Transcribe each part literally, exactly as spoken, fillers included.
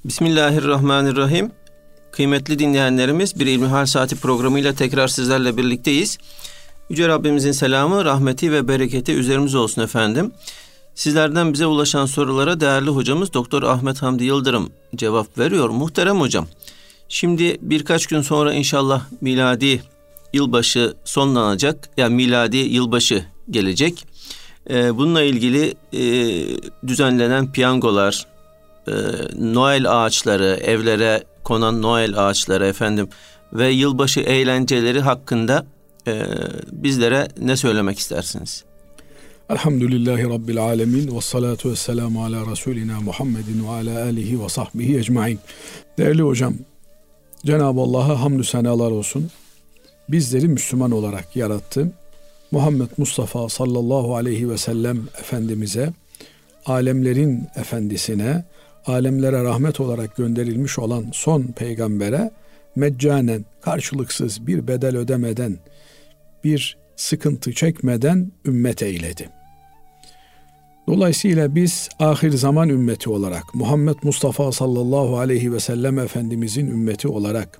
Bismillahirrahmanirrahim. Kıymetli dinleyenlerimiz, bir İlmihal Saati programıyla tekrar sizlerle birlikteyiz. Yüce Rabbimizin selamı, rahmeti ve bereketi üzerimize olsun efendim. Sizlerden bize ulaşan sorulara değerli hocamız Doktor Ahmet Hamdi Yıldırım cevap veriyor. Muhterem hocam, şimdi birkaç gün sonra inşallah miladi yılbaşı sonlanacak. Yani miladi yılbaşı gelecek. Ee, bununla ilgili e, düzenlenen piyangolar, e, Noel ağaçları, evlere konan Noel ağaçları efendim ve yılbaşı eğlenceleri hakkında e, bizlere ne söylemek istersiniz? Elhamdülillahi Rabbil alemin ve salatu ve selamu ala Resulina Muhammedin ve ala alihi ve sahbihi ecmain. Değerli hocam, Cenab-ı Allah'a hamdü senalar olsun. Bizleri Müslüman olarak yarattı. Muhammed Mustafa sallallahu aleyhi ve sellem Efendimiz'e, alemlerin efendisine, alemlere rahmet olarak gönderilmiş olan son peygambere meccanen, karşılıksız bir bedel ödemeden, bir sıkıntı çekmeden ümmet eyledi. Dolayısıyla biz ahir zaman ümmeti olarak, Muhammed Mustafa sallallahu aleyhi ve sellem Efendimizin ümmeti olarak,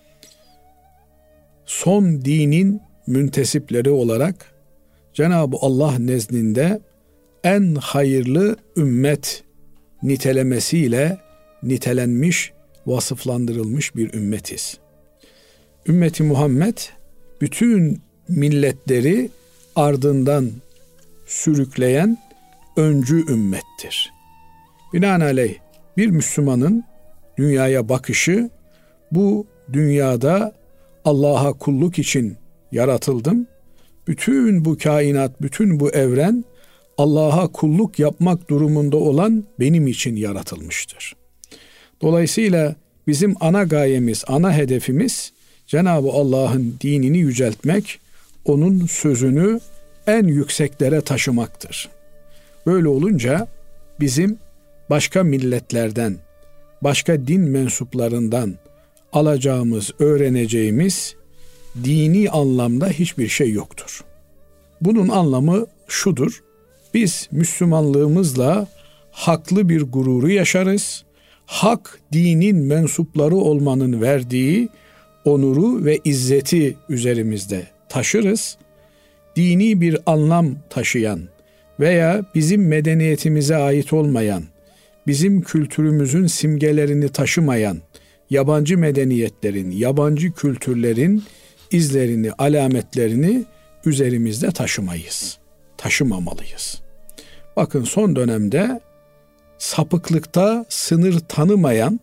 son dinin müntesipleri olarak Cenab-ı Allah nezdinde en hayırlı ümmet nitelemesiyle nitelenmiş, vasıflandırılmış bir ümmetiz. Ümmeti Muhammed bütün milletleri ardından sürükleyen öncü ümmettir. Binaenaleyh bir Müslümanın dünyaya bakışı, bu dünyada Allah'a kulluk için yaratıldım. Bütün bu kainat, bütün bu evren Allah'a kulluk yapmak durumunda olan benim için yaratılmıştır. Dolayısıyla bizim ana gayemiz, ana hedefimiz Cenab-ı Allah'ın dinini yüceltmek, onun sözünü en yükseklere taşımaktır. Böyle olunca bizim başka milletlerden, başka din mensuplarından alacağımız, öğreneceğimiz dini anlamda hiçbir şey yoktur. Bunun anlamı şudur: biz Müslümanlığımızla haklı bir gururu yaşarız. Hak dinin mensupları olmanın verdiği onuru ve izzeti üzerimizde taşırız. Dini bir anlam taşıyan veya bizim medeniyetimize ait olmayan, bizim kültürümüzün simgelerini taşımayan yabancı medeniyetlerin, yabancı kültürlerin izlerini, alametlerini üzerimizde taşımayız. Taşımamalıyız. Bakın son dönemde sapıklıkta sınır tanımayan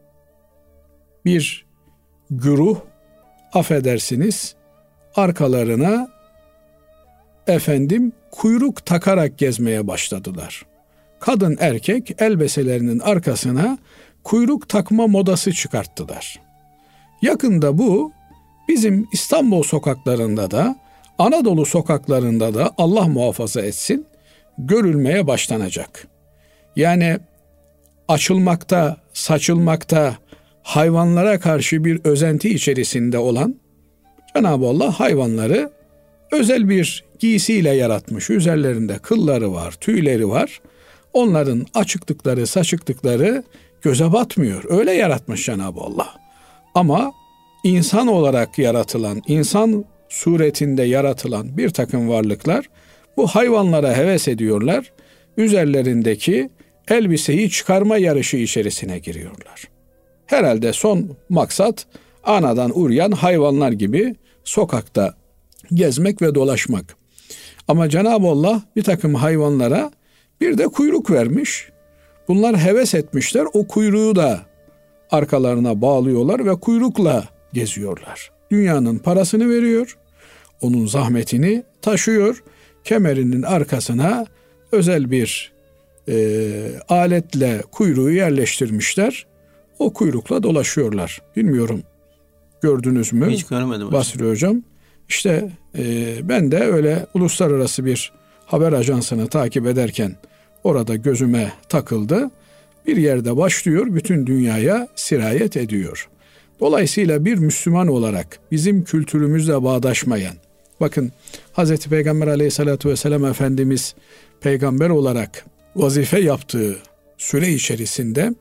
bir güruh, affedersiniz, arkalarına efendim kuyruk takarak gezmeye başladılar. Kadın erkek elbiselerinin arkasına kuyruk takma modası çıkarttılar. Yakında bu bizim İstanbul sokaklarında da, Anadolu sokaklarında da Allah muhafaza etsin görülmeye başlanacak. Yani açılmakta, saçılmakta, hayvanlara karşı bir özenti içerisinde olan Cenab-ı Allah hayvanları özel bir giysiyle yaratmış. Üzerlerinde kılları var, tüyleri var. Onların açıklıkları, saçıklıkları göze batmıyor. Öyle yaratmış Cenab-ı Allah. Ama insan olarak yaratılan, insan suretinde yaratılan bir takım varlıklar bu hayvanlara heves ediyorlar. Üzerlerindeki elbiseyi çıkarma yarışı içerisine giriyorlar. Herhalde son maksat anadan uğrayan hayvanlar gibi sokakta gezmek ve dolaşmak. Ama Cenab-ı Allah bir takım hayvanlara bir de kuyruk vermiş. Bunlar heves etmişler. O kuyruğu da arkalarına bağlıyorlar ve kuyrukla geziyorlar. Dünyanın parasını veriyor. Onun zahmetini taşıyor. Kemerinin arkasına özel bir e, aletle kuyruğu yerleştirmişler. O kuyrukla dolaşıyorlar. Bilmiyorum, gördünüz mü? Hiç görmedim. Basri hocam. İşte e, ben de öyle uluslararası bir haber ajansını takip ederken orada gözüme takıldı. Bir yerde başlıyor, bütün dünyaya sirayet ediyor. Dolayısıyla bir Müslüman olarak bizim kültürümüzle bağdaşmayan, bakın Hazreti Peygamber Aleyhisselatü Vesselam Efendimiz peygamber olarak vazife yaptığı süre içerisinde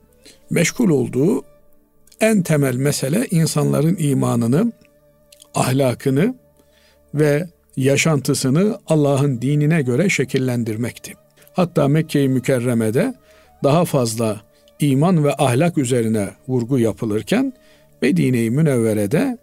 meşgul olduğu en temel mesele insanların imanını, ahlakını ve yaşantısını Allah'ın dinine göre şekillendirmekti. Hatta Mekke-i Mükerreme'de daha fazla iman ve ahlak üzerine vurgu yapılırken Medine-i Münevvere'de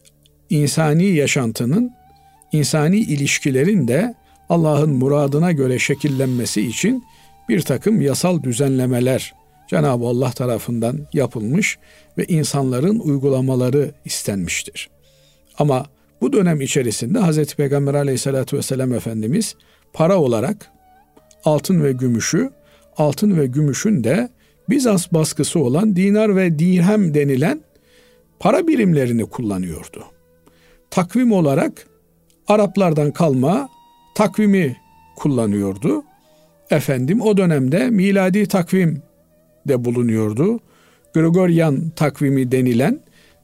insani yaşantının, insani ilişkilerin de Allah'ın muradına göre şekillenmesi için bir takım yasal düzenlemeler Cenab-ı Allah tarafından yapılmış ve insanların uygulamaları istenmiştir. Ama bu dönem içerisinde Hazreti Peygamber Aleyhisselatü Vesselam Efendimiz para olarak altın ve gümüşü, altın ve gümüşün de Bizans baskısı olan dinar ve dirhem denilen para birimlerini kullanıyordu. Takvim olarak Araplardan kalma takvimi kullanıyordu. Efendim o dönemde miladi takvim de bulunuyordu. Gregorian takvimi denilen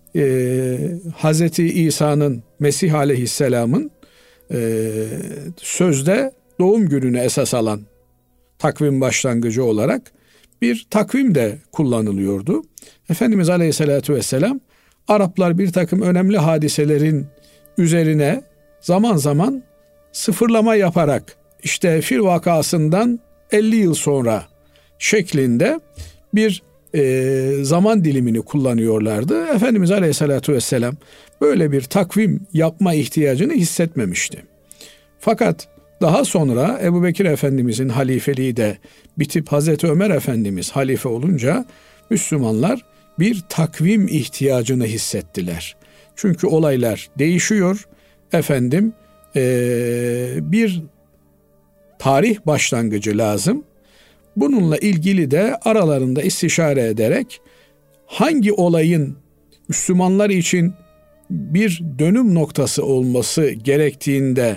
e, Hazreti İsa'nın, Mesih Aleyhisselam'ın e, sözde doğum gününü esas alan takvim başlangıcı olarak bir takvim de kullanılıyordu. Efendimiz Aleyhisselatü Vesselam Araplar bir takım önemli hadiselerin üzerine zaman zaman sıfırlama yaparak işte Fil vakasından elli yıl sonra şeklinde bir e, zaman dilimini kullanıyorlardı. Efendimiz Aleyhisselatü Vesselam böyle bir takvim yapma ihtiyacını hissetmemişti. Fakat daha sonra Ebu Bekir Efendimizin halifeliği de bitip Hazreti Ömer Efendimiz halife olunca Müslümanlar bir takvim ihtiyacını hissettiler. Çünkü olaylar değişiyor. Efendim ee, bir tarih başlangıcı lazım. Bununla ilgili de aralarında istişare ederek hangi olayın Müslümanlar için bir dönüm noktası olması gerektiğinde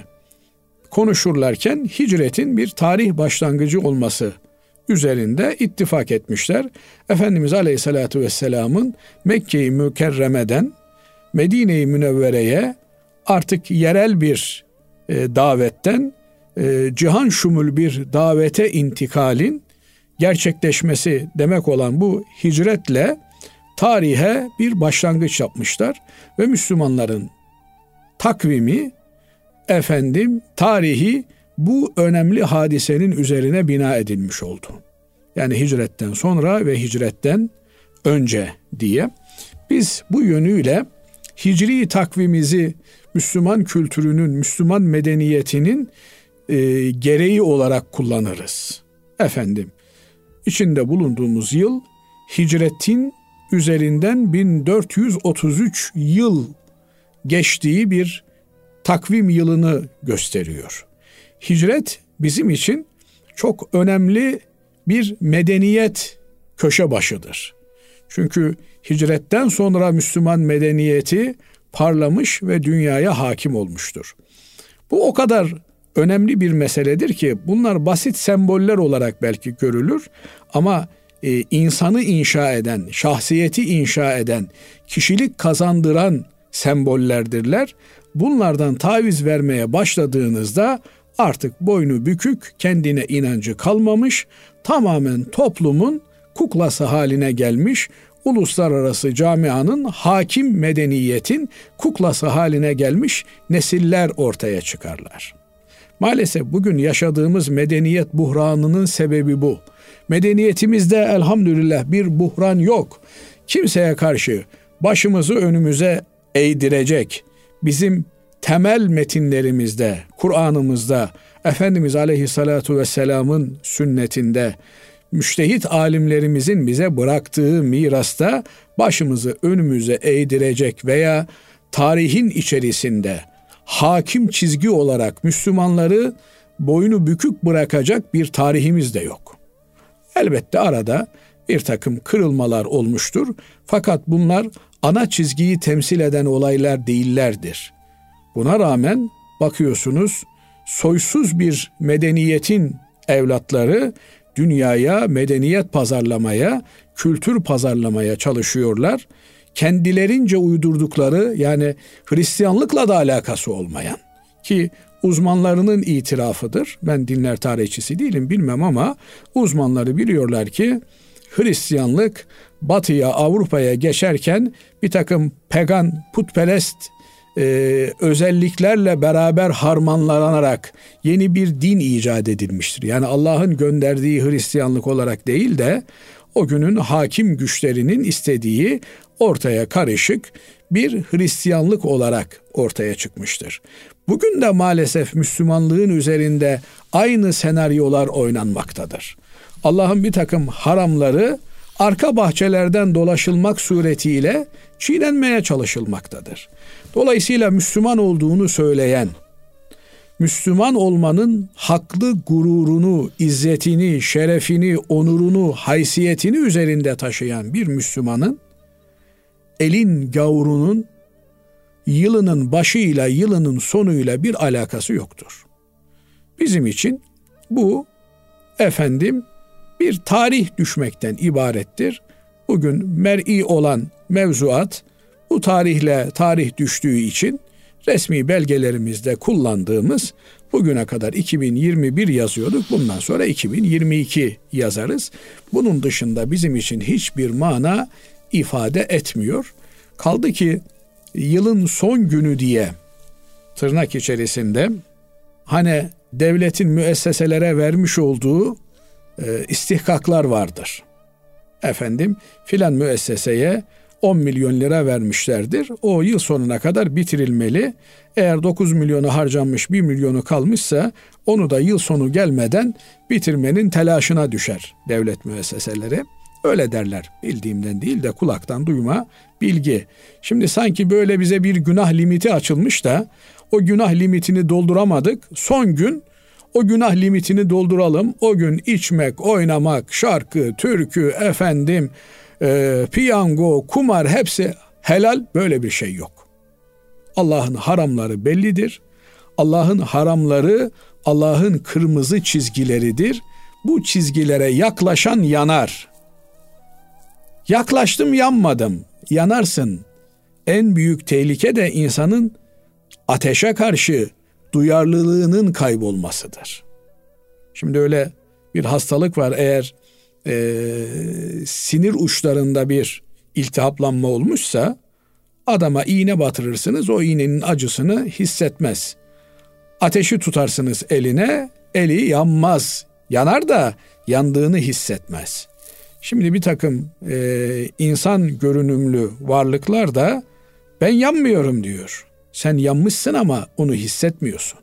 konuşurlarken hicretin bir tarih başlangıcı olması üzerinde ittifak etmişler. Efendimiz Aleyhisselatü Vesselam'ın Mekke-i Mükerreme'den Medine-i Münevvere'ye artık yerel bir e, davetten e, cihan şumul bir davete intikalin gerçekleşmesi demek olan bu hicretle tarihe bir başlangıç yapmışlar ve Müslümanların takvimi, efendim tarihi bu önemli hadisenin üzerine bina edilmiş oldu. Yani hicretten sonra ve hicretten önce diye. Biz bu yönüyle hicri takvimizi Müslüman kültürünün, Müslüman medeniyetinin e, gereği olarak kullanırız. Efendim, içinde bulunduğumuz yıl hicretin üzerinden bin dört yüz otuz üç yıl geçtiği bir takvim yılını gösteriyor. Hicret bizim için çok önemli bir medeniyet köşe başıdır. Çünkü hicretten sonra Müslüman medeniyeti parlamış ve dünyaya hakim olmuştur. Bu o kadar önemli bir meseledir ki bunlar basit semboller olarak belki görülür ama e, insanı inşa eden, şahsiyeti inşa eden, kişilik kazandıran sembollerdirler. Bunlardan taviz vermeye başladığınızda artık boynu bükük, kendine inancı kalmamış, tamamen toplumun kuklası haline gelmiş, uluslararası camianın, hakim medeniyetin kuklası haline gelmiş nesiller ortaya çıkarlar. Maalesef bugün yaşadığımız medeniyet buhranının sebebi bu. Medeniyetimizde elhamdülillah bir buhran yok. Kimseye karşı başımızı önümüze eğdirecek, bizim temel metinlerimizde, Kur'an'ımızda, Efendimiz Aleyhissalatu Vesselam'ın sünnetinde, müştehit alimlerimizin bize bıraktığı mirasta başımızı önümüze eğdirecek veya tarihin içerisinde hakim çizgi olarak Müslümanları boynu bükük bırakacak bir tarihimiz de yok. Elbette arada bir takım kırılmalar olmuştur. Fakat bunlar ana çizgiyi temsil eden olaylar değillerdir. Buna rağmen bakıyorsunuz soysuz bir medeniyetin evlatları dünyaya medeniyet pazarlamaya, kültür pazarlamaya çalışıyorlar. Kendilerince uydurdukları, yani Hristiyanlıkla da alakası olmayan, ki uzmanlarının itirafıdır. Ben dinler tarihçisi değilim, bilmem ama uzmanları biliyorlar ki Hristiyanlık Batı'ya, Avrupa'ya geçerken bir takım pagan, putperest e, özelliklerle beraber harmanlanarak yeni bir din icat edilmiştir. Yani Allah'ın gönderdiği Hristiyanlık olarak değil de o günün hakim güçlerinin istediği ortaya karışık bir Hristiyanlık olarak ortaya çıkmıştır. Bugün de maalesef Müslümanlığın üzerinde aynı senaryolar oynanmaktadır. Allah'ın bir takım haramları arka bahçelerden dolaşılmak suretiyle çiğnenmeye çalışılmaktadır. Dolayısıyla Müslüman olduğunu söyleyen, Müslüman olmanın haklı gururunu, izzetini, şerefini, onurunu, haysiyetini üzerinde taşıyan bir Müslümanın elin gavurunun yılının başıyla yılının sonuyla bir alakası yoktur. Bizim için bu efendim bir tarih düşmekten ibarettir. Bugün mer'i olan mevzuat bu tarihle tarih düştüğü için resmi belgelerimizde kullandığımız bugüne kadar iki bin yirmi bir yazıyorduk. Bundan sonra iki bin yirmi iki yazarız. Bunun dışında bizim için hiçbir mana ifade etmiyor. Kaldı ki yılın son günü diye tırnak içerisinde hani devletin müesseselere vermiş olduğu e, istihkaklar vardır. Efendim filan müesseseye on milyon lira vermişlerdir. O yıl sonuna kadar bitirilmeli. Eğer dokuz milyonu harcanmış, bir milyonu kalmışsa onu da yıl sonu gelmeden bitirmenin telaşına düşer devlet müesseseleri. Öyle derler. Bildiğimden değil de kulaktan duyma bilgi. Şimdi sanki böyle bize bir günah limiti açılmış da o günah limitini dolduramadık. Son gün o günah limitini dolduralım. O gün içmek, oynamak, şarkı, türkü, efendim, e, piyango, kumar hepsi helal. Böyle bir şey yok. Allah'ın haramları bellidir. Allah'ın haramları Allah'ın kırmızı çizgileridir. Bu çizgilere yaklaşan yanar. Yaklaştım yanmadım. Yanarsın. En büyük tehlike de insanın ateşe karşı duyarlılığının kaybolmasıdır. Şimdi öyle bir hastalık var. Eğer e, sinir uçlarında bir iltihaplanma olmuşsa adama iğne batırırsınız. O iğnenin acısını hissetmez. Ateşi tutarsınız eline, eli yanmaz. Yanar da yandığını hissetmez. Şimdi bir takım e, insan görünümlü varlıklar da ben yanmıyorum diyor. Sen yanmışsın ama onu hissetmiyorsun.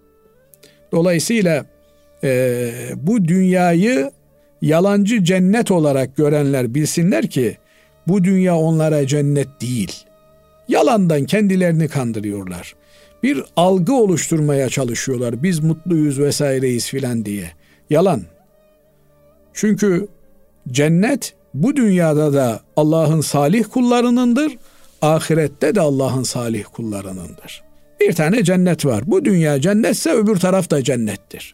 Dolayısıyla e, bu dünyayı yalancı cennet olarak görenler bilsinler ki bu dünya onlara cennet değil. Yalandan kendilerini kandırıyorlar. Bir algı oluşturmaya çalışıyorlar. Biz mutluyuz vesaireyiz filan diye. Yalan. Çünkü cennet bu dünyada da Allah'ın salih kullarınındır, ahirette de Allah'ın salih kullarınındır. Bir tane cennet var. Bu dünya cennetse öbür taraf da cennettir.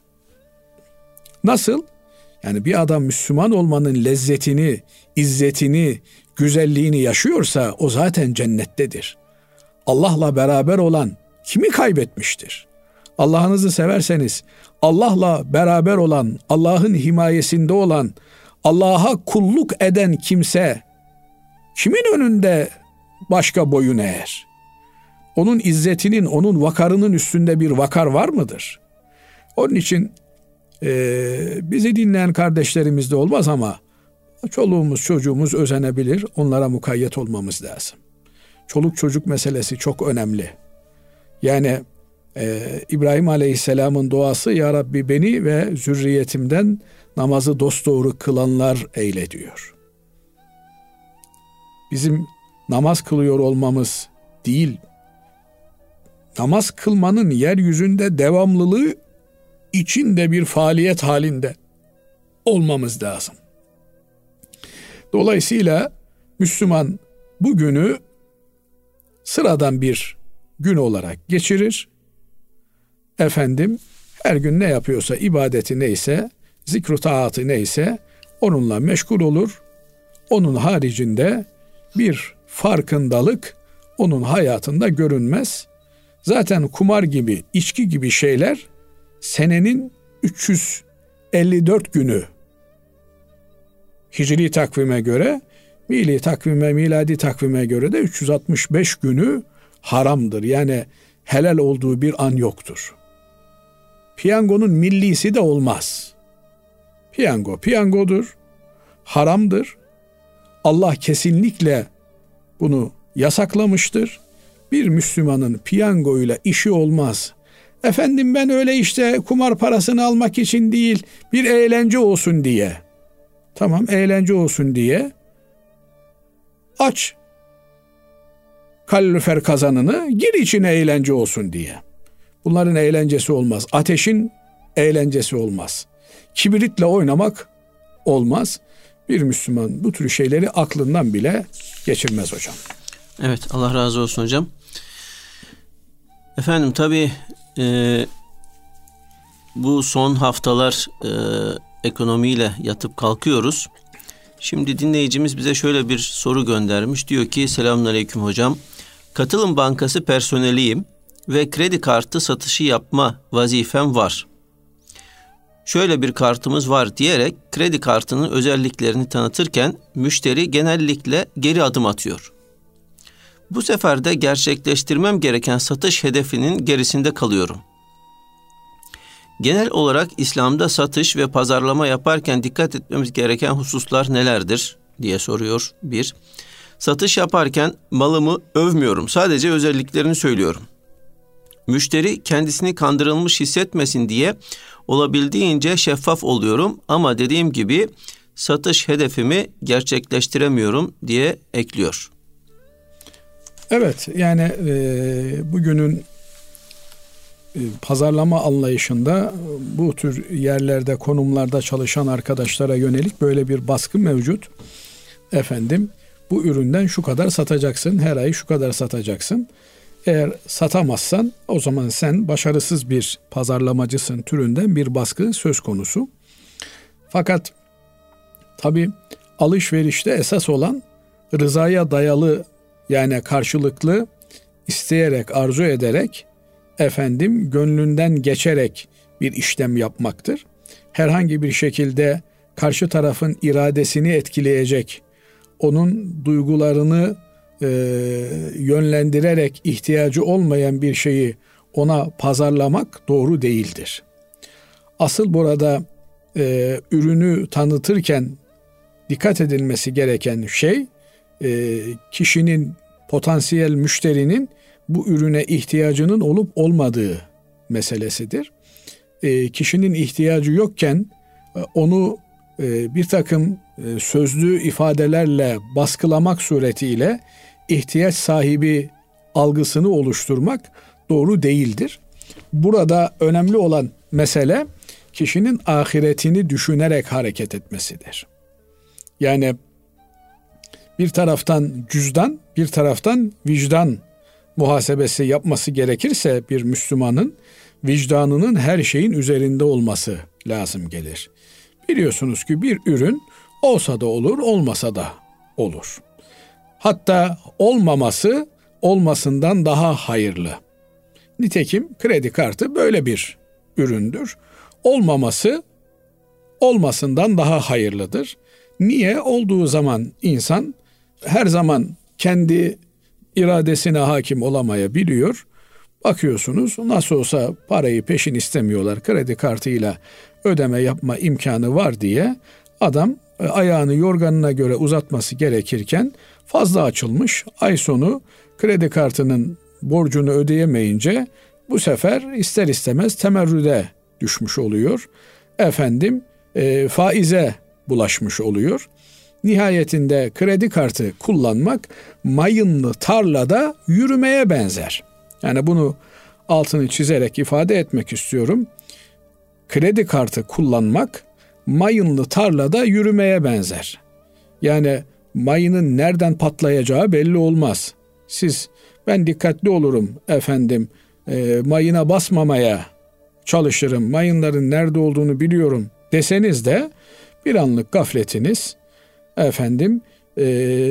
Nasıl? Yani bir adam Müslüman olmanın lezzetini, izzetini, güzelliğini yaşıyorsa o zaten cennettedir. Allah'la beraber olan kimi kaybetmiştir? Allah'ınızı severseniz Allah'la beraber olan, Allah'ın himayesinde olan, Allah'a kulluk eden kimse kimin önünde başka boyun eğer? Onun izzetinin, onun vakarının üstünde bir vakar var mıdır? Onun için e, bizi dinleyen kardeşlerimiz de olmaz ama çoluğumuz çocuğumuz özenebilir. Onlara mukayyet olmamız lazım. Çoluk çocuk meselesi çok önemli. Yani e, İbrahim Aleyhisselam'ın duası ya Rabbi beni ve zürriyetimden namazı dosdoğru kılanlar eyle diyor. Bizim namaz kılıyor olmamız değil, namaz kılmanın yeryüzünde devamlılığı içinde bir faaliyet halinde olmamız lazım. Dolayısıyla Müslüman bu günü sıradan bir gün olarak geçirir. Efendim her gün ne yapıyorsa, ibadeti neyse, zikru taatı neyse onunla meşgul olur. Onun haricinde bir farkındalık onun hayatında görünmez. Zaten kumar gibi, içki gibi şeyler senenin üç yüz elli dört günü Hicri takvime göre, miladi takvime, miladi takvime göre de üç yüz altmış beş günü haramdır. Yani helal olduğu bir an yoktur. Piyangonun millisi de olmaz. Piyango piyangodur, haramdır. Allah kesinlikle bunu yasaklamıştır. Bir Müslümanın piyangoyla işi olmaz. Efendim ben öyle işte kumar parasını almak için değil, bir eğlence olsun diye. Tamam, eğlence olsun diye aç kalorifer kazanını, gir içine eğlence olsun diye. Bunların eğlencesi olmaz. Ateşin eğlencesi olmaz. Kibritle oynamak olmaz. Bir Müslüman bu tür şeyleri aklından bile geçirmez hocam. Evet, Allah razı olsun hocam. Efendim tabii e, bu son haftalar e, ekonomiyle yatıp kalkıyoruz. Şimdi dinleyicimiz bize şöyle bir soru göndermiş. Diyor ki selamünaleyküm hocam. Katılım Bankası personeliyim ve kredi kartı satışı yapma vazifem var. Şöyle bir kartımız var diyerek kredi kartının özelliklerini tanıtırken müşteri genellikle geri adım atıyor. Bu sefer de gerçekleştirmem gereken satış hedefinin gerisinde kalıyorum. Genel olarak İslam'da satış ve pazarlama yaparken dikkat etmemiz gereken hususlar nelerdir diye soruyor bir. Satış yaparken malımı övmüyorum, sadece özelliklerini söylüyorum. Müşteri kendisini kandırılmış hissetmesin diye olabildiğince şeffaf oluyorum ama dediğim gibi satış hedefimi gerçekleştiremiyorum diye ekliyor. Evet, yani e, bugünün e, pazarlama anlayışında bu tür yerlerde, konumlarda çalışan arkadaşlara yönelik böyle bir baskı mevcut. Efendim, bu üründen şu kadar satacaksın, her ay şu kadar satacaksın. Eğer satamazsan o zaman sen başarısız bir pazarlamacısın türünden bir baskı söz konusu. Fakat tabii alışverişte esas olan rızaya dayalı, yani karşılıklı isteyerek, arzu ederek, efendim gönlünden geçerek bir işlem yapmaktır. Herhangi bir şekilde karşı tarafın iradesini etkileyecek, onun duygularını e, yönlendirerek ihtiyacı olmayan bir şeyi ona pazarlamak doğru değildir. Asıl burada e, ürünü tanıtırken dikkat edilmesi gereken şey, e, kişinin, potansiyel müşterinin bu ürüne ihtiyacının olup olmadığı meselesidir. E, kişinin ihtiyacı yokken e, onu e, bir takım e, sözlü ifadelerle baskılamak suretiyle ihtiyaç sahibi algısını oluşturmak doğru değildir. Burada önemli olan mesele kişinin ahiretini düşünerek hareket etmesidir. Yani bir taraftan cüzdan, bir taraftan vicdan muhasebesi yapması gerekirse bir Müslümanın vicdanının her şeyin üzerinde olması lazım gelir. Biliyorsunuz ki bir ürün olsa da olur, olmasa da olur. Hatta olmaması olmasından daha hayırlı. Nitekim kredi kartı böyle bir üründür. Olmaması olmasından daha hayırlıdır. Niye? Olduğu zaman insan her zaman kendi iradesine hakim olamayabiliyor. Bakıyorsunuz nasıl olsa parayı peşin istemiyorlar. Kredi kartıyla ödeme yapma imkanı var diye adam ayağını yorganına göre uzatması gerekirken fazla açılmış. Ay sonu kredi kartının borcunu ödeyemeyince bu sefer ister istemez temerrüde düşmüş oluyor. Efendim e, faize bulaşmış oluyor. Nihayetinde kredi kartı kullanmak mayınlı tarlada yürümeye benzer. Yani bunu altını çizerek ifade etmek istiyorum. Kredi kartı kullanmak mayınlı tarlada yürümeye benzer. Yani mayının nereden patlayacağı belli olmaz. Siz ben dikkatli olurum efendim, e, mayına basmamaya çalışırım, mayınların nerede olduğunu biliyorum deseniz de bir anlık gafletiniz efendim e,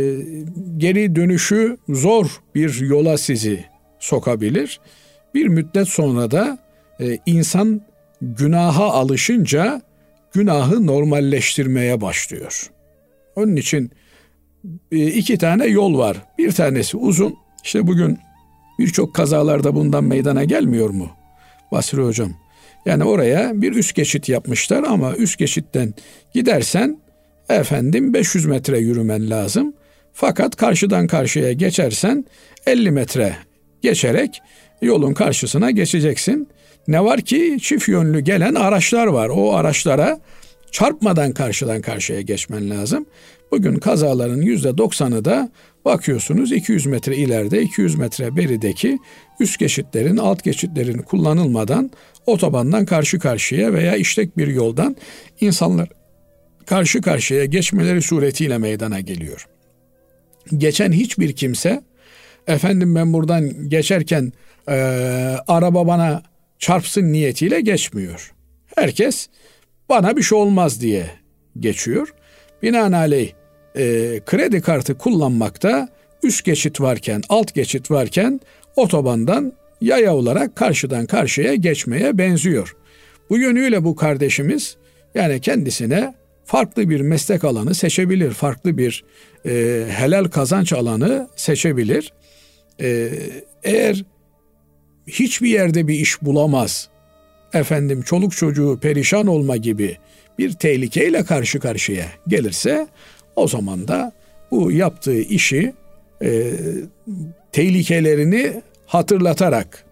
geri dönüşü zor bir yola sizi sokabilir. Bir müddet sonra da e, insan günaha alışınca günahı normalleştirmeye başlıyor. Onun için iki tane yol var. Bir tanesi uzun. İşte bugün birçok kazalarda bundan meydana gelmiyor mu Basri Hocam? Yani oraya bir üst geçit yapmışlar ama üst geçitten gidersen efendim beş yüz metre yürümen lazım. Fakat karşıdan karşıya geçersen elli metre geçerek yolun karşısına geçeceksin. Ne var ki çift yönlü gelen araçlar var. O araçlara çarpmadan karşıdan karşıya geçmen lazım. Bugün kazaların yüzde doksanı da bakıyorsunuz iki yüz metre ileride, iki yüz metre berideki üst geçitlerin, alt geçitlerin kullanılmadan otobandan karşı karşıya veya işlek bir yoldan insanlar karşı karşıya geçmeleri suretiyle meydana geliyor. Geçen hiçbir kimse efendim ben buradan geçerken e, araba bana çarpsın niyetiyle geçmiyor. Herkes bana bir şey olmaz diye geçiyor. Binaenaleyh e, kredi kartı kullanmakta üst geçit varken, alt geçit varken otobandan yaya olarak karşıdan karşıya geçmeye benziyor. Bu yönüyle bu kardeşimiz yani kendisine farklı bir meslek alanı seçebilir, farklı bir e, helal kazanç alanı seçebilir. E, eğer hiçbir yerde bir iş bulamaz, efendim çoluk çocuğu perişan olma gibi bir tehlikeyle karşı karşıya gelirse o zaman da bu yaptığı işi e, tehlikelerini hatırlatarak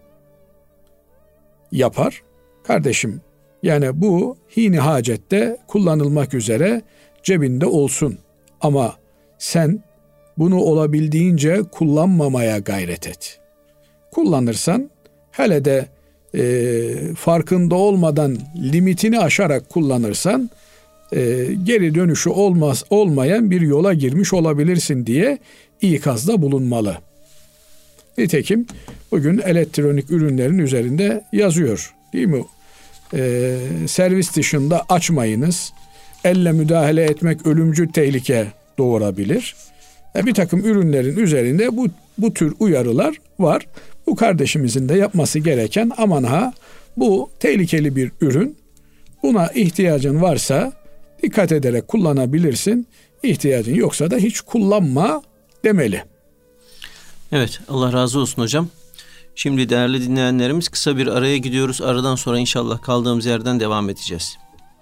yapar. Kardeşim yani bu hini hacette kullanılmak üzere cebinde olsun ama sen bunu olabildiğince kullanmamaya gayret et. Kullanırsan hele de e, farkında olmadan limitini aşarak kullanırsan e, geri dönüşü olmaz olmayan bir yola girmiş olabilirsin diye ikazda bulunmalı. Nitekim bugün elektronik ürünlerin üzerinde yazıyor değil mi? E, servis dışında açmayınız. Elle müdahale etmek ölümcül tehlike doğurabilir. E, bir takım ürünlerin üzerinde bu, bu tür uyarılar var. Bu kardeşimizin de yapması gereken aman ha bu tehlikeli bir ürün. Buna ihtiyacın varsa dikkat ederek kullanabilirsin. İhtiyacın yoksa da hiç kullanma demeli. Evet, Allah razı olsun hocam. Şimdi değerli dinleyenlerimiz kısa bir araya gidiyoruz. Aradan sonra inşallah kaldığımız yerden devam edeceğiz.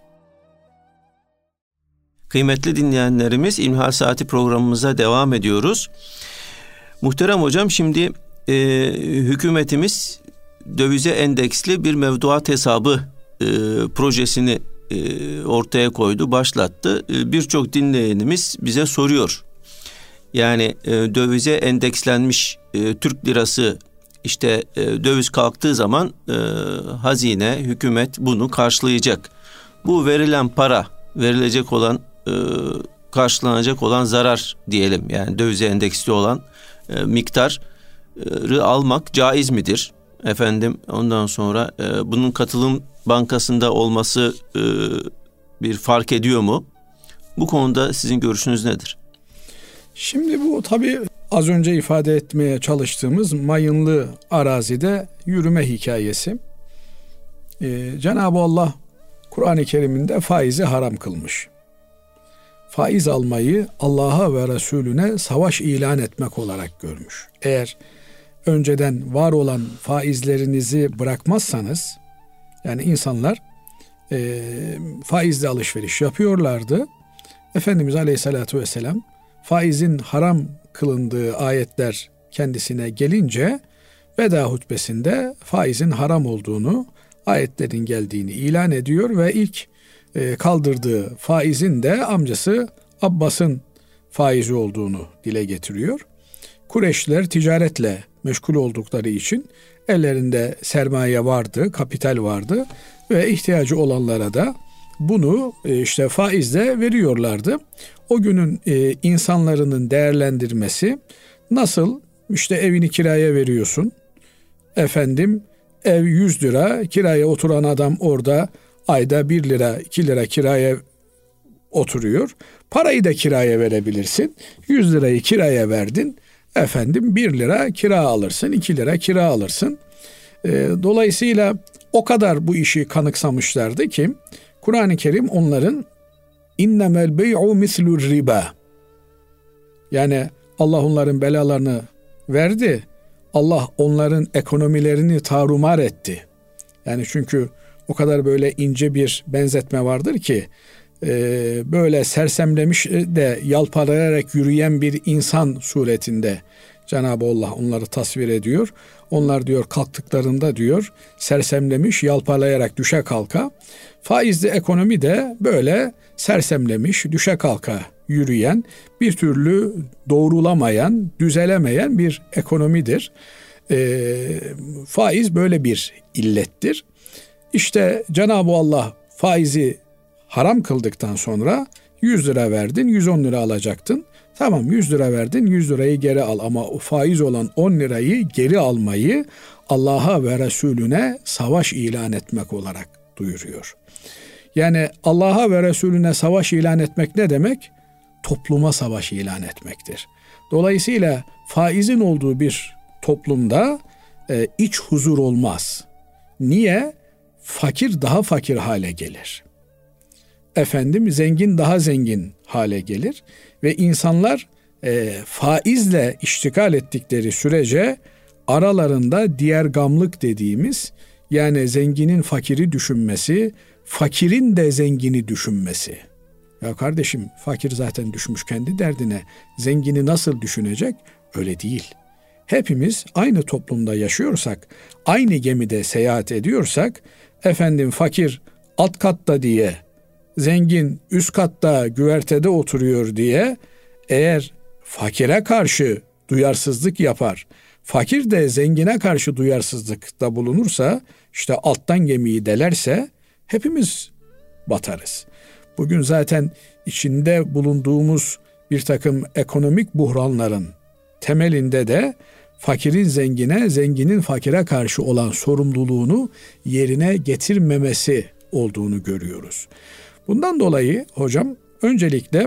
Kıymetli dinleyenlerimiz İlmihal Saati programımıza devam ediyoruz. Muhterem hocam şimdi e, hükümetimiz dövize endeksli bir mevduat hesabı e, projesini e, ortaya koydu, başlattı. E, birçok dinleyenimiz bize soruyor. Yani e, dövize endekslenmiş e, Türk lirası işte e, döviz kalktığı zaman e, hazine, hükümet bunu karşılayacak. Bu verilen para, verilecek olan, e, karşılanacak olan zarar diyelim. Yani dövize endeksli olan e, miktarı almak caiz midir? Efendim ondan sonra e, bunun katılım bankasında olması e, bir fark ediyor mu? Bu konuda sizin görüşünüz nedir? Şimdi bu tabii az önce ifade etmeye çalıştığımız mayınlı arazide yürüme hikayesi. Ee, Cenab-ı Allah Kur'an-ı Kerim'inde faizi haram kılmış. Faiz almayı Allah'a ve Resulüne savaş ilan etmek olarak görmüş. Eğer önceden var olan faizlerinizi bırakmazsanız, yani insanlar e, faizle alışveriş yapıyorlardı. Efendimiz Aleyhisselatü Vesselam faizin haram kılındığı ayetler kendisine gelince veda hutbesinde faizin haram olduğunu, ayetlerin geldiğini ilan ediyor ve ilk e, kaldırdığı faizin de amcası Abbas'ın faizi olduğunu dile getiriyor. Kureyşliler ticaretle meşgul oldukları için ellerinde sermaye vardı, kapital vardı ve ihtiyacı olanlara da bunu işte faizle veriyorlardı. O günün e, insanların değerlendirmesi nasıl? İşte evini kiraya veriyorsun. Efendim ev yüz lira, kiraya oturan adam orada ayda bir lira, iki lira kiraya oturuyor. Parayı da kiraya verebilirsin. yüz lirayı kiraya verdin. Efendim bir lira kira alırsın, iki lira kira alırsın. E, dolayısıyla o kadar bu işi kanıksamışlardı ki Kur'an-ı Kerim onların İnnemel bey'u mislur riba. Yani Allah onların belalarını verdi. Allah onların ekonomilerini tarumar etti. Yani çünkü o kadar böyle ince bir benzetme vardır ki e, böyle sersemlemiş de yalpalayarak yürüyen bir insan suretinde Cenab-ı Allah onları tasvir ediyor. Onlar diyor kalktıklarında diyor sersemlemiş, yalpalayarak düşe kalka. Faizli ekonomi de böyle sersemlemiş, düşe kalka yürüyen, bir türlü doğrulamayan, düzelemeyen bir ekonomidir. E, faiz böyle bir illettir. İşte Cenab-ı Allah faizi haram kıldıktan sonra yüz lira verdin, yüz on lira alacaktın. Tamam yüz lira verdin, yüz lirayı geri al ama o faiz olan on lirayı geri almayı Allah'a ve Resulüne savaş ilan etmek olarak duyuruyor. Yani Allah'a ve Resulüne savaş ilan etmek ne demek? Topluma savaş ilan etmektir. Dolayısıyla faizin olduğu bir toplumda e, iç huzur olmaz. Niye? Fakir daha fakir hale gelir. Efendim zengin daha zengin hale gelir ve insanlar e, faizle iştikal ettikleri sürece aralarında diğer gamlık dediğimiz, yani zenginin fakiri düşünmesi, fakirin de zengini düşünmesi. Ya kardeşim fakir zaten düşmüş kendi derdine, zengini nasıl düşünecek? Öyle değil. Hepimiz aynı toplumda yaşıyorsak, aynı gemide seyahat ediyorsak, efendim fakir alt katta diye, zengin üst katta güvertede oturuyor diye eğer fakire karşı duyarsızlık yapar, fakir de zengine karşı duyarsızlıkta bulunursa, işte alttan gemiyi delerse hepimiz batarız. Bugün zaten içinde bulunduğumuz bir takım ekonomik buhranların temelinde de fakirin zengine, zenginin fakire karşı olan sorumluluğunu yerine getirmemesi olduğunu görüyoruz. Bundan dolayı hocam öncelikle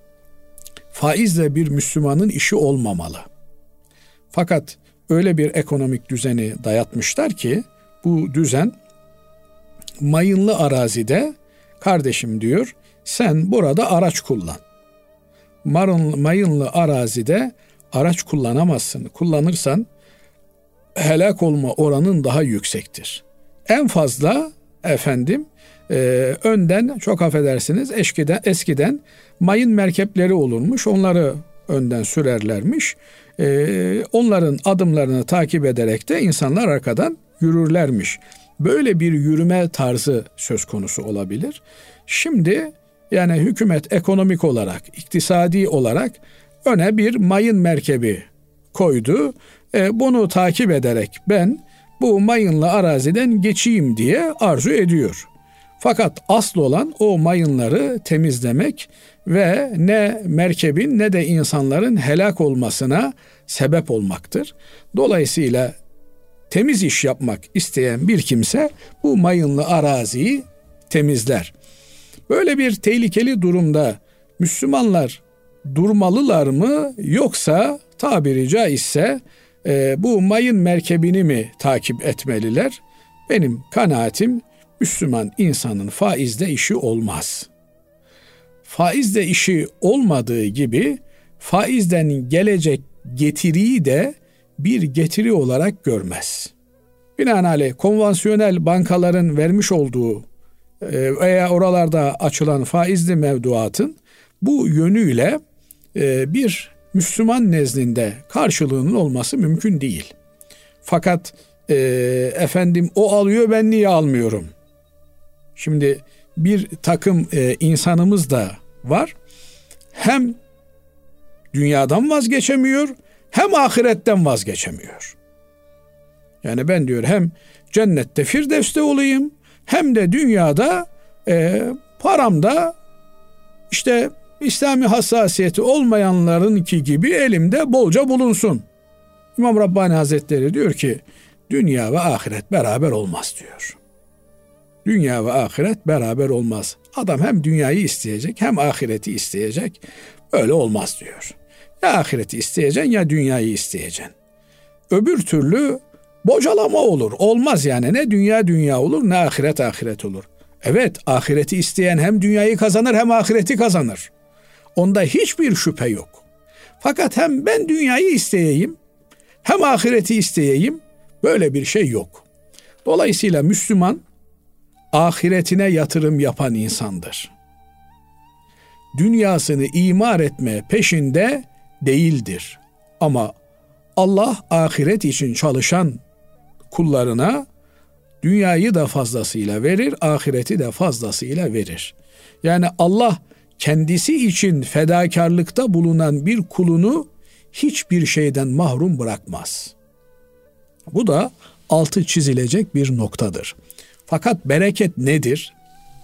faizle bir Müslümanın işi olmamalı. Fakat öyle bir ekonomik düzeni dayatmışlar ki bu düzen mayınlı arazide kardeşim diyor sen burada araç kullan. Marın, mayınlı arazide araç kullanamazsın. Kullanırsan helak olma oranın daha yüksektir. En fazla efendim e, önden çok affedersiniz eskiden, eskiden mayın merkepleri olurmuş. Onları önden sürerlermiş. E, onların adımlarını takip ederek de insanlar arkadan yürürlermiş. Böyle bir yürüme tarzı söz konusu olabilir. Şimdi yani hükümet ekonomik olarak, iktisadi olarak öne bir mayın merkebi koydu. E, bunu takip ederek ben bu mayınlı araziden geçeyim diye arzu ediyor. Fakat asıl olan o mayınları temizlemek ve ne merkebin ne de insanların helak olmasına sebep olmaktır. Dolayısıyla temiz iş yapmak isteyen bir kimse bu mayınlı araziyi temizler. Böyle bir tehlikeli durumda Müslümanlar durmalılar mı yoksa tabiri caizse e, bu mayın merkebini mi takip etmeliler? Benim kanaatim Müslüman insanın faizle işi olmaz. Faizle işi olmadığı gibi faizden gelecek getiriyi de bir getiri olarak görmez. Binaenaleyh konvansiyonel bankaların vermiş olduğu veya oralarda açılan faizli mevduatın bu yönüyle bir Müslüman nezdinde karşılığının olması mümkün değil. Fakat e, efendim o alıyor ben niye almıyorum? Şimdi bir takım e, insanımız da var. Hem dünyadan vazgeçemiyor hem ahiretten vazgeçemiyor. Yani ben diyor hem cennette firdevste olayım hem de dünyada e, paramda işte İslami hassasiyeti olmayanlarınki gibi elimde bolca bulunsun. İmam Rabbani Hazretleri diyor ki dünya ve ahiret beraber olmaz diyor. Dünya ve ahiret beraber olmaz. Adam hem dünyayı isteyecek hem ahireti isteyecek. Öyle olmaz diyor. Ya ahireti isteyeceksin ya dünyayı isteyeceksin. Öbür türlü bocalama olur. Olmaz yani. Ne dünya dünya olur ne ahiret ahiret olur. Evet, ahireti isteyen hem dünyayı kazanır hem ahireti kazanır. Onda hiçbir şüphe yok. Fakat hem ben dünyayı isteyeyim hem ahireti isteyeyim, böyle bir şey yok. Dolayısıyla Müslüman ahiretine yatırım yapan insandır. Dünyasını imar etme peşinde değildir. Ama Allah ahiret için çalışan kullarına dünyayı da fazlasıyla verir, ahireti de fazlasıyla verir. Yani Allah kendisi için fedakarlıkta bulunan bir kulunu hiçbir şeyden mahrum bırakmaz. Bu da altı çizilecek bir noktadır. Fakat bereket nedir?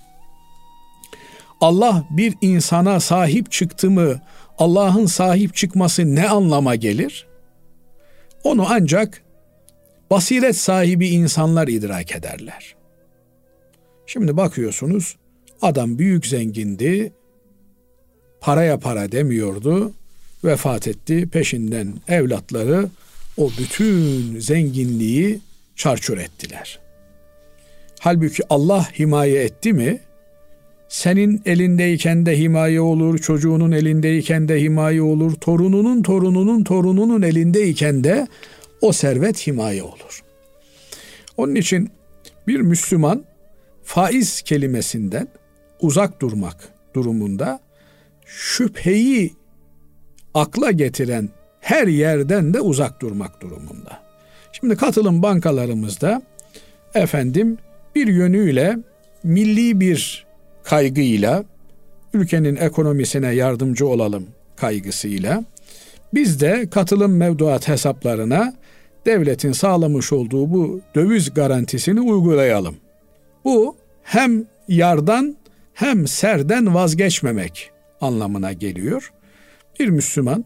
Allah bir insana sahip çıktı mı, Allah'ın sahip çıkması ne anlama gelir? Onu ancak basiret sahibi insanlar idrak ederler. Şimdi bakıyorsunuz, adam büyük zengindi, paraya para demiyordu, vefat etti, peşinden evlatları o bütün zenginliği çarçur ettiler. Halbuki Allah himaye etti mi? Senin elindeyken de himaye olur, çocuğunun elindeyken de himaye olur, torununun torununun torununun elindeyken de o servet himaye olur. Onun için bir Müslüman faiz kelimesinden uzak durmak durumunda, şüpheyi akla getiren her yerden de uzak durmak durumunda. Şimdi katılım bankalarımızda efendim bir yönüyle milli bir kaygıyla, ülkenin ekonomisine yardımcı olalım kaygısıyla, biz de katılım mevduat hesaplarına devletin sağlamış olduğu bu döviz garantisini uygulayalım. Bu hem yardan hem serden vazgeçmemek anlamına geliyor. Bir Müslüman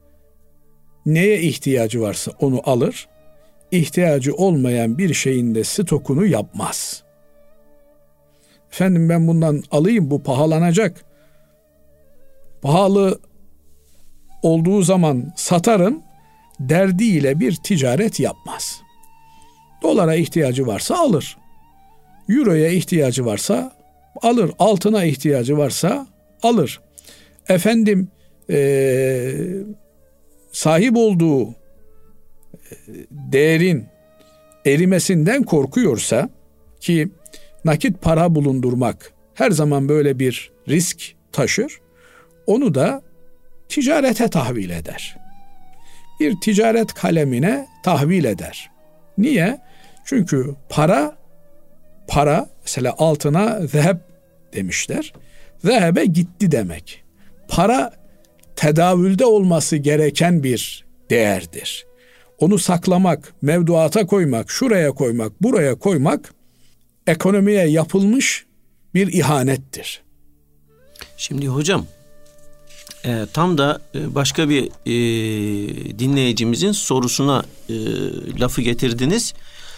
neye ihtiyacı varsa onu alır, ihtiyacı olmayan bir şeyin de stokunu yapmaz. Efendim ben bundan alayım, bu pahalanacak. Pahalı olduğu zaman satarım derdiyle bir ticaret yapmaz. Dolara ihtiyacı varsa alır. Euroya ihtiyacı varsa alır. Altına ihtiyacı varsa alır. Efendim ee, sahip olduğu değerin erimesinden korkuyorsa, ki nakit para bulundurmak her zaman böyle bir risk taşır, onu da ticarete tahvil eder. Bir ticaret kalemine tahvil eder. Niye? Çünkü para, para mesela altına zeheb demişler. Zehebe gitti demek. Para tedavülde olması gereken bir değerdir. Onu saklamak, mevduata koymak, şuraya koymak, buraya koymak ekonomiye yapılmış bir ihanettir. Şimdi hocam e, tam da e, başka bir e, dinleyicimizin sorusuna e, lafı getirdiniz.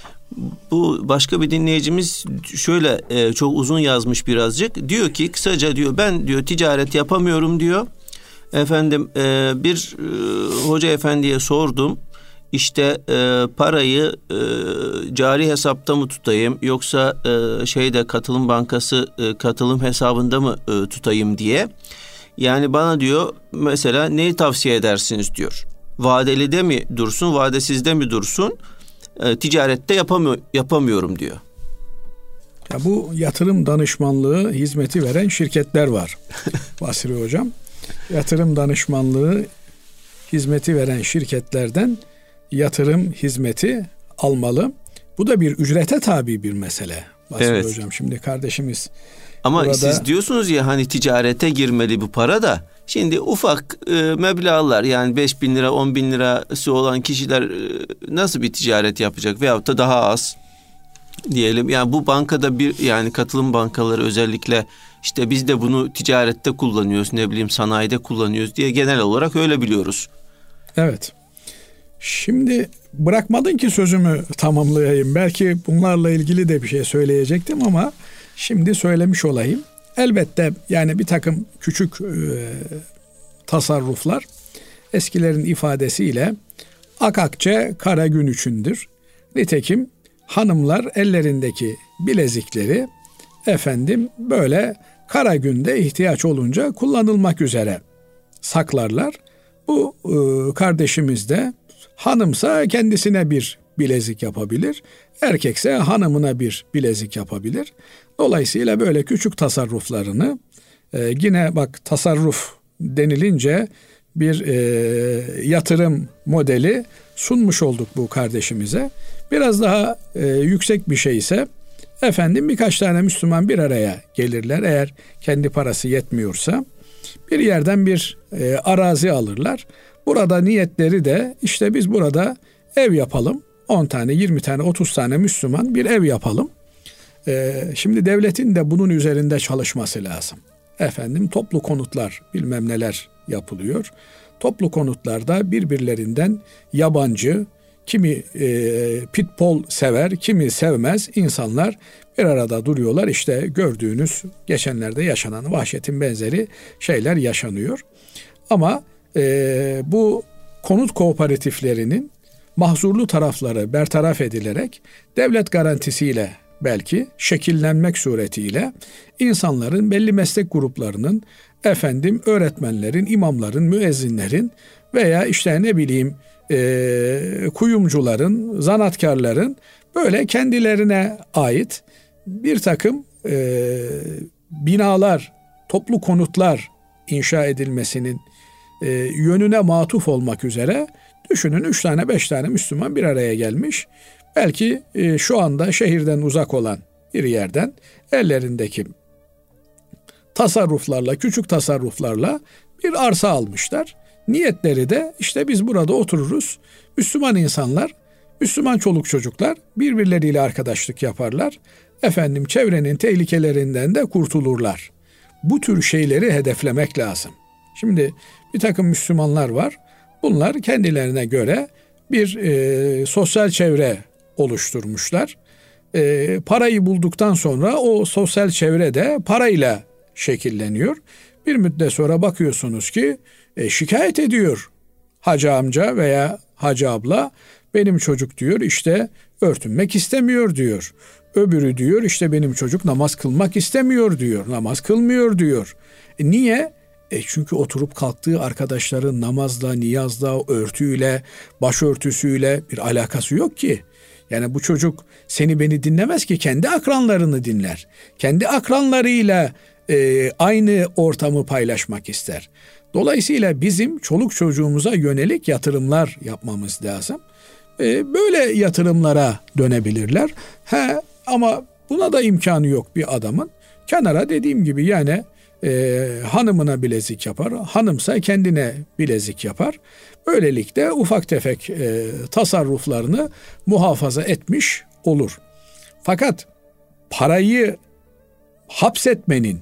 Bu başka bir dinleyicimiz şöyle e, çok uzun yazmış birazcık. Diyor ki kısaca diyor ben diyor ticaret yapamıyorum diyor. Efendim e, bir e, hoca efendiye sordum. İşte e, parayı e, cari hesapta mı tutayım yoksa e, şeyde katılım bankası e, katılım hesabında mı e, tutayım diye. Yani bana diyor mesela neyi tavsiye edersiniz diyor. Vadeli de mi dursun, vadesiz de mi dursun? E, ticarette yapamıyor, yapamıyorum diyor. Ya bu yatırım danışmanlığı hizmeti veren şirketler var. Basri hocam. Yatırım danışmanlığı hizmeti veren şirketlerden yatırım hizmeti almalı. Bu da bir ücrete tabi bir mesele. Basri evet. Hocam şimdi kardeşimiz. Ama burada... siz diyorsunuz ya hani ticarete girmeli bu para da. Şimdi ufak e, meblağlar yani beş bin lira on bin lirası olan kişiler e, nasıl bir ticaret yapacak veyahut da daha az diyelim. Yani bu bankada bir yani katılım bankaları özellikle işte biz de bunu ticarette kullanıyoruz ne bileyim sanayide kullanıyoruz diye genel olarak öyle biliyoruz. Evet. Şimdi bırakmadın ki sözümü tamamlayayım. Belki bunlarla ilgili de bir şey söyleyecektim ama şimdi söylemiş olayım. Elbette yani bir takım küçük e, tasarruflar eskilerin ifadesiyle akakçe kara gün üçündür. Nitekim hanımlar ellerindeki bilezikleri efendim böyle kara günde ihtiyaç olunca kullanılmak üzere saklarlar. Bu e, kardeşimiz de hanımsa kendisine bir bilezik yapabilir. Erkekse hanımına bir bilezik yapabilir. Dolayısıyla böyle küçük tasarruflarını e, yine bak tasarruf denilince bir e, yatırım modeli sunmuş olduk bu kardeşimize. Biraz daha e, yüksek bir şey ise efendim birkaç tane Müslüman bir araya gelirler. Eğer kendi parası yetmiyorsa bir yerden bir e, arazi alırlar. Burada niyetleri de işte biz burada ev yapalım. on tane, yirmi tane, otuz tane Müslüman bir ev yapalım. E, şimdi devletin de bunun üzerinde çalışması lazım. Efendim toplu konutlar bilmem neler yapılıyor. Toplu konutlarda birbirlerinden yabancı, kimi e, pitbull sever, kimi sevmez insanlar bir arada duruyorlar. İşte gördüğünüz geçenlerde yaşanan vahşetin benzeri şeyler yaşanıyor. Ama e, bu konut kooperatiflerinin mahzurlu tarafları bertaraf edilerek devlet garantisiyle belki şekillenmek suretiyle insanların belli meslek gruplarının efendim öğretmenlerin, imamların, müezzinlerin veya işte ne bileyim e, kuyumcuların, zanatkarların böyle kendilerine ait bir takım e, binalar, toplu konutlar inşa edilmesinin e, yönüne matuf olmak üzere düşünün üç tane beş tane Müslüman bir araya gelmiş. Belki e, şu anda şehirden uzak olan bir yerden ellerindeki tasarruflarla, küçük tasarruflarla bir arsa almışlar. Niyetleri de işte biz burada otururuz. Müslüman insanlar, Müslüman çoluk çocuklar birbirleriyle arkadaşlık yaparlar. Efendim çevrenin tehlikelerinden de kurtulurlar. Bu tür şeyleri hedeflemek lazım. Şimdi bir takım Müslümanlar var. Bunlar kendilerine göre bir e, sosyal çevre oluşturmuşlar. E, parayı bulduktan sonra o sosyal çevre de parayla şekilleniyor. Bir müddet sonra bakıyorsunuz ki e, şikayet ediyor hacı amca veya hacı abla, benim çocuk diyor işte örtünmek istemiyor diyor. Öbürü diyor işte benim çocuk namaz kılmak istemiyor diyor. Namaz kılmıyor diyor. E, niye? E çünkü oturup kalktığı arkadaşların namazla, niyazla, örtüyle, başörtüsüyle bir alakası yok ki. Yani bu çocuk seni beni dinlemez ki, kendi akranlarını dinler. Kendi akranlarıyla e, aynı ortamı paylaşmak ister. Dolayısıyla bizim çoluk çocuğumuza yönelik yatırımlar yapmamız lazım. E, böyle yatırımlara dönebilirler. He, ama buna da imkanı yok bir adamın. Kenara dediğim gibi yani e, hanımına bilezik yapar. Hanımsa kendine bilezik yapar. Böylelikle ufak tefek e, tasarruflarını muhafaza etmiş olur. Fakat parayı hapsetmenin,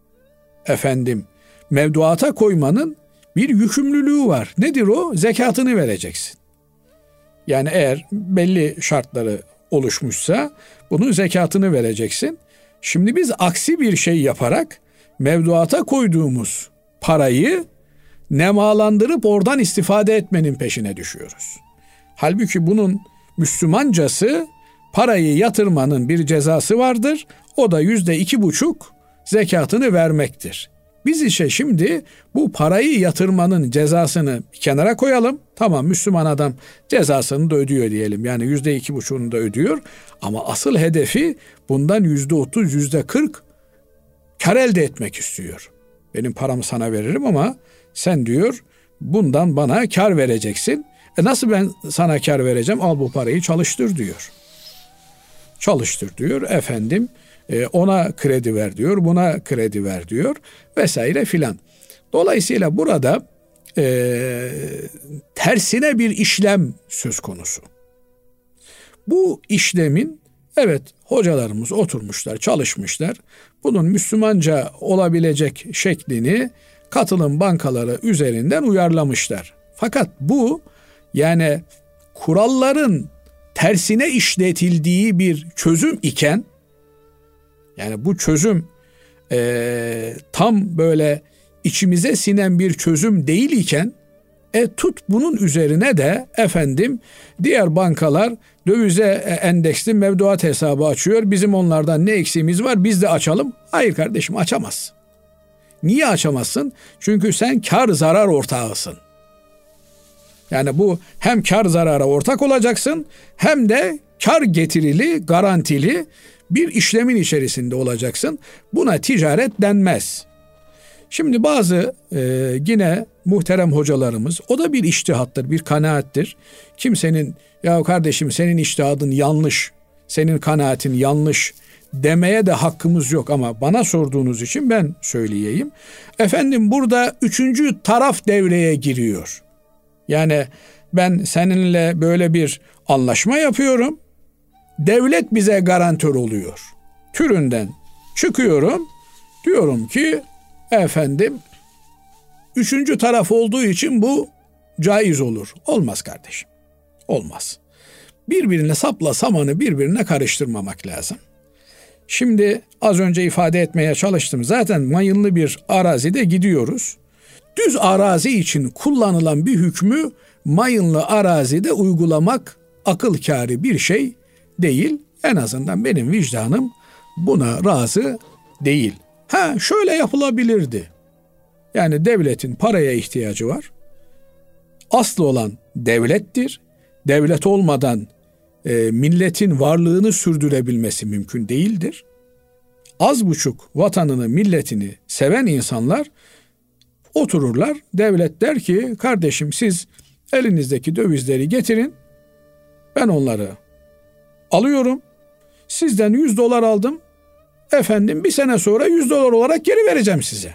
efendim mevduata koymanın bir yükümlülüğü var. Nedir o? Zekatını vereceksin. Yani eğer belli şartları oluşmuşsa bunun zekatını vereceksin. Şimdi biz aksi bir şey yaparak mevduata koyduğumuz parayı nemalandırıp oradan istifade etmenin peşine düşüyoruz. Halbuki bunun Müslümancası parayı yatırmanın bir cezası vardır. O da yüzde iki buçuk zekatını vermektir. Biz ise şimdi bu parayı yatırmanın cezasını bir kenara koyalım. Tamam, Müslüman adam cezasını da ödüyor diyelim. Yani yüzde iki buçuğunu da ödüyor. Ama asıl hedefi bundan yüzde otuz, yüzde kırk kar elde etmek istiyor. Benim paramı sana veririm ama sen diyor bundan bana kar vereceksin. E nasıl ben sana kar vereceğim? Al bu parayı çalıştır diyor. Çalıştır diyor efendim. Ona kredi ver diyor, buna kredi ver diyor vesaire filan. Dolayısıyla burada e, tersine bir işlem söz konusu. Bu işlemin evet hocalarımız oturmuşlar, çalışmışlar. Bunun Müslümanca olabilecek şeklini katılım bankaları üzerinden uyarlamışlar. Fakat bu yani kuralların tersine işletildiği bir çözüm iken, yani bu çözüm e, tam böyle içimize sinen bir çözüm değil iken E tut bunun üzerine de efendim diğer bankalar dövize endeksli mevduat hesabı açıyor. Bizim onlardan ne eksiğimiz var, biz de açalım. Hayır kardeşim, açamaz. Niye açamazsın? Çünkü sen kar zarar ortağısın. Yani bu hem kar zarara ortak olacaksın hem de kar getirili, garantili bir işlemin içerisinde olacaksın. Buna ticaret denmez. Şimdi bazı e, yine muhterem hocalarımız, o da bir içtihattır, bir kanaattir. Kimsenin ya kardeşim senin içtihadın yanlış, senin kanaatin yanlış demeye de hakkımız yok ama bana sorduğunuz için ben söyleyeyim. Efendim burada üçüncü taraf devreye giriyor. Yani ben seninle böyle bir anlaşma yapıyorum. Devlet bize garantör oluyor. Türünden çıkıyorum. Diyorum ki efendim üçüncü taraf olduğu için bu caiz olur. Olmaz kardeşim. Olmaz. Birbirine sapla samanı birbirine karıştırmamak lazım. Şimdi az önce ifade etmeye çalıştım. Zaten mayınlı bir arazide gidiyoruz. Düz arazi için kullanılan bir hükmü mayınlı arazide uygulamak akıl kârı bir şey değil. En azından benim vicdanım buna razı değil. Ha şöyle yapılabilirdi. Yani devletin paraya ihtiyacı var. Aslı olan devlettir. Devlet olmadan e, milletin varlığını sürdürebilmesi mümkün değildir. Az buçuk vatanını, milletini seven insanlar otururlar. Devlet der ki kardeşim siz elinizdeki dövizleri getirin. Ben onları alıyorum. Sizden yüz dolar aldım. Efendim bir sene sonra yüz dolar olarak geri vereceğim size.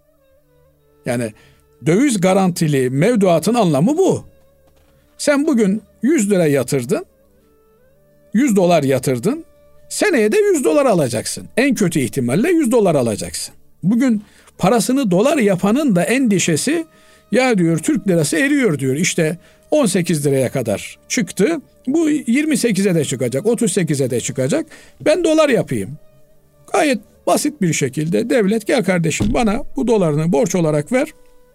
Yani döviz garantili mevduatın anlamı bu. Sen bugün yüz lira yatırdın. yüz dolar yatırdın. Seneye de yüz dolar alacaksın. En kötü ihtimalle yüz dolar alacaksın. Bugün parasını dolar yapanın da endişesi ya diyor Türk lirası eriyor diyor. İşte on sekiz liraya kadar çıktı. Bu yirmi sekize de çıkacak, otuz sekize de çıkacak. Ben dolar yapayım. Gayet basit bir şekilde devlet gel kardeşim bana bu dolarını borç olarak ver.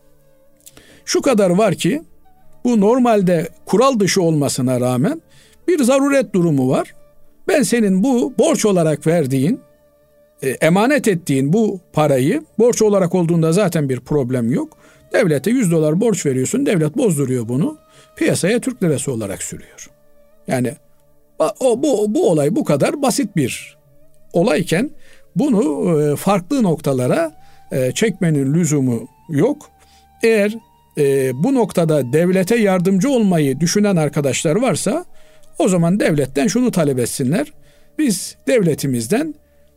Şu kadar var ki bu normalde kural dışı olmasına rağmen bir zaruret durumu var. Ben senin bu borç olarak verdiğin, e, emanet ettiğin bu parayı borç olarak olduğunda zaten bir problem yok. Devlete yüz dolar borç veriyorsun. Devlet bozduruyor bunu. Piyasaya Türk lirası olarak sürüyor. Yani o, bu, bu olay bu kadar basit bir olayken bunu e, farklı noktalara e, çekmenin lüzumu yok. Eğer e, bu noktada devlete yardımcı olmayı düşünen arkadaşlar varsa o zaman devletten şunu talep etsinler. Biz devletimizden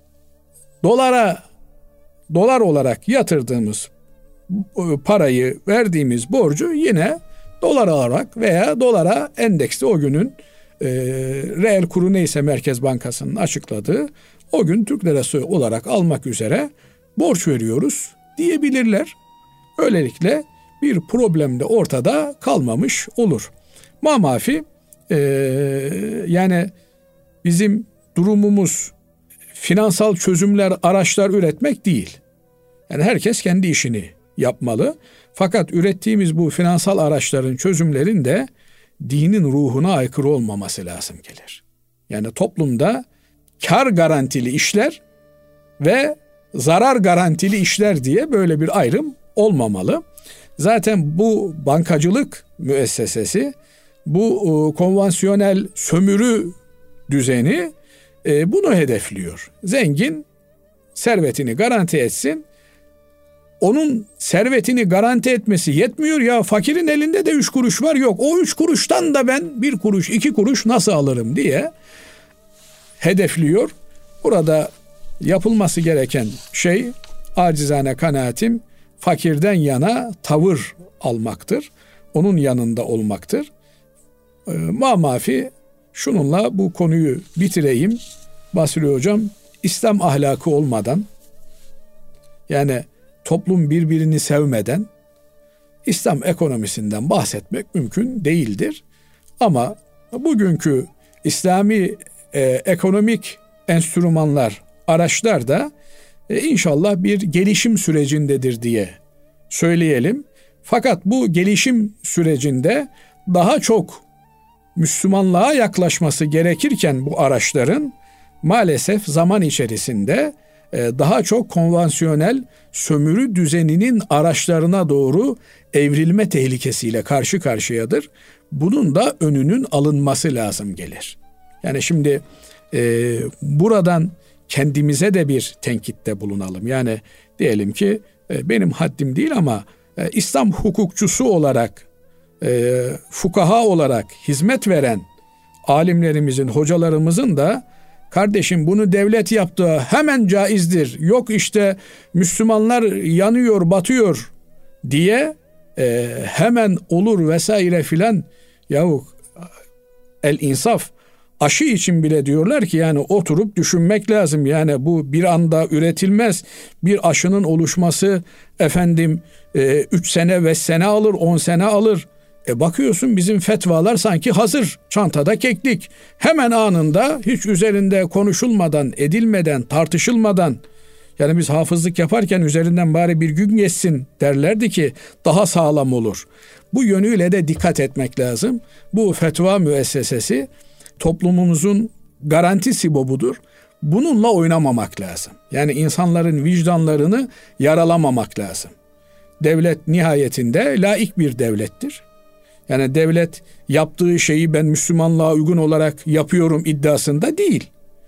dolara dolar olarak yatırdığımız parayı verdiğimiz borcu yine dolar olarak veya dolara endeksli o günün e, reel kuru neyse Merkez Bankası'nın açıkladığı o gün Türk lirası olarak almak üzere borç veriyoruz diyebilirler. Öylelikle bir problem de ortada kalmamış olur. Mamafi e, yani bizim durumumuz finansal çözümler, araçlar üretmek değil. Yani herkes kendi işini yapmalı. Fakat ürettiğimiz bu finansal araçların, çözümlerin de dinin ruhuna aykırı olmaması lazım gelir. Yani toplumda kar garantili işler ve zarar garantili işler diye böyle bir ayrım olmamalı. Zaten bu bankacılık müessesesi, bu konvansiyonel sömürü düzeni bunu hedefliyor. Zengin servetini garanti etsin. Onun servetini garanti etmesi yetmiyor ya, fakirin elinde de üç kuruş var, yok o üç kuruştan da ben bir kuruş iki kuruş nasıl alırım diye hedefliyor. Burada yapılması gereken şey acizane kanaatim fakirden yana tavır almaktır. Onun yanında olmaktır. E, mamafi şununla bu konuyu bitireyim. Basri Hocam, İslam ahlakı olmadan, yani toplum birbirini sevmeden İslam ekonomisinden bahsetmek mümkün değildir. Ama bugünkü İslami e, ekonomik enstrümanlar, araçlar da e, inşallah bir gelişim sürecindedir diye söyleyelim. Fakat bu gelişim sürecinde daha çok Müslümanlığa yaklaşması gerekirken bu araçların maalesef zaman içerisinde daha çok konvansiyonel sömürü düzeninin araçlarına doğru evrilme tehlikesiyle karşı karşıyadır. Bunun da önünün alınması lazım gelir. Yani şimdi e, buradan kendimize de bir tenkitte bulunalım. Yani diyelim ki e, benim haddim değil ama e, İslam hukukçusu olarak, e, fukaha olarak hizmet veren alimlerimizin, hocalarımızın da kardeşim bunu devlet yaptığı hemen caizdir. Yok işte Müslümanlar yanıyor, batıyor diye e, hemen olur vesaire filan. Yahu el insaf aşı için bile diyorlar ki yani oturup düşünmek lazım. Yani bu bir anda üretilmez. Bir aşının oluşması efendim e, üç sene, beş sene alır, on sene alır. E bakıyorsun bizim fetvalar sanki hazır, çantada keklik. Hemen anında hiç üzerinde konuşulmadan, edilmeden, tartışılmadan, yani biz hafızlık yaparken üzerinden bari bir gün geçsin derlerdi ki daha sağlam olur. Bu yönüyle de dikkat etmek lazım. Bu fetva müessesesi toplumumuzun garanti sibobudur. Bununla oynamamak lazım. Yani insanların vicdanlarını yaralamamak lazım. Devlet nihayetinde laik bir devlettir. Yani devlet yaptığı şeyi ben Müslümanlığa uygun olarak yapıyorum iddiasında değil.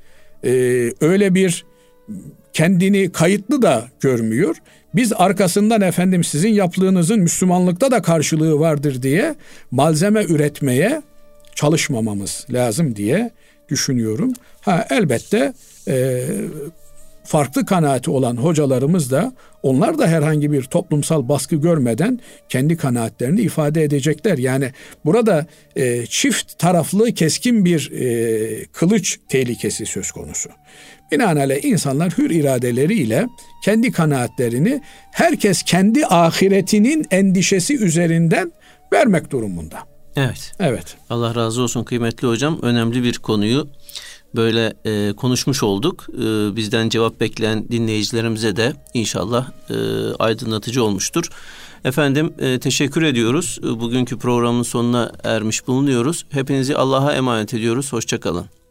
Ee, öyle bir kendini kayıtlı da görmüyor. Biz arkasından efendim sizin yaptığınızın Müslümanlıkta da karşılığı vardır diye malzeme üretmeye çalışmamamız lazım diye düşünüyorum. Ha elbette e, farklı kanaati olan hocalarımız da onlar da herhangi bir toplumsal baskı görmeden kendi kanaatlerini ifade edecekler. Yani burada e, çift taraflı keskin bir e, kılıç tehlikesi söz konusu. Binaenaleyh insanlar hür iradeleriyle kendi kanaatlerini herkes kendi ahiretinin endişesi üzerinden vermek durumunda. Evet. Evet. Allah razı olsun kıymetli hocam. Önemli bir konuyu böyle e, konuşmuş olduk. E, bizden cevap bekleyen dinleyicilerimize de inşallah e, aydınlatıcı olmuştur. Efendim e, teşekkür ediyoruz. E, bugünkü programın sonuna ermiş bulunuyoruz. Hepinizi Allah'a emanet ediyoruz. Hoşça kalın.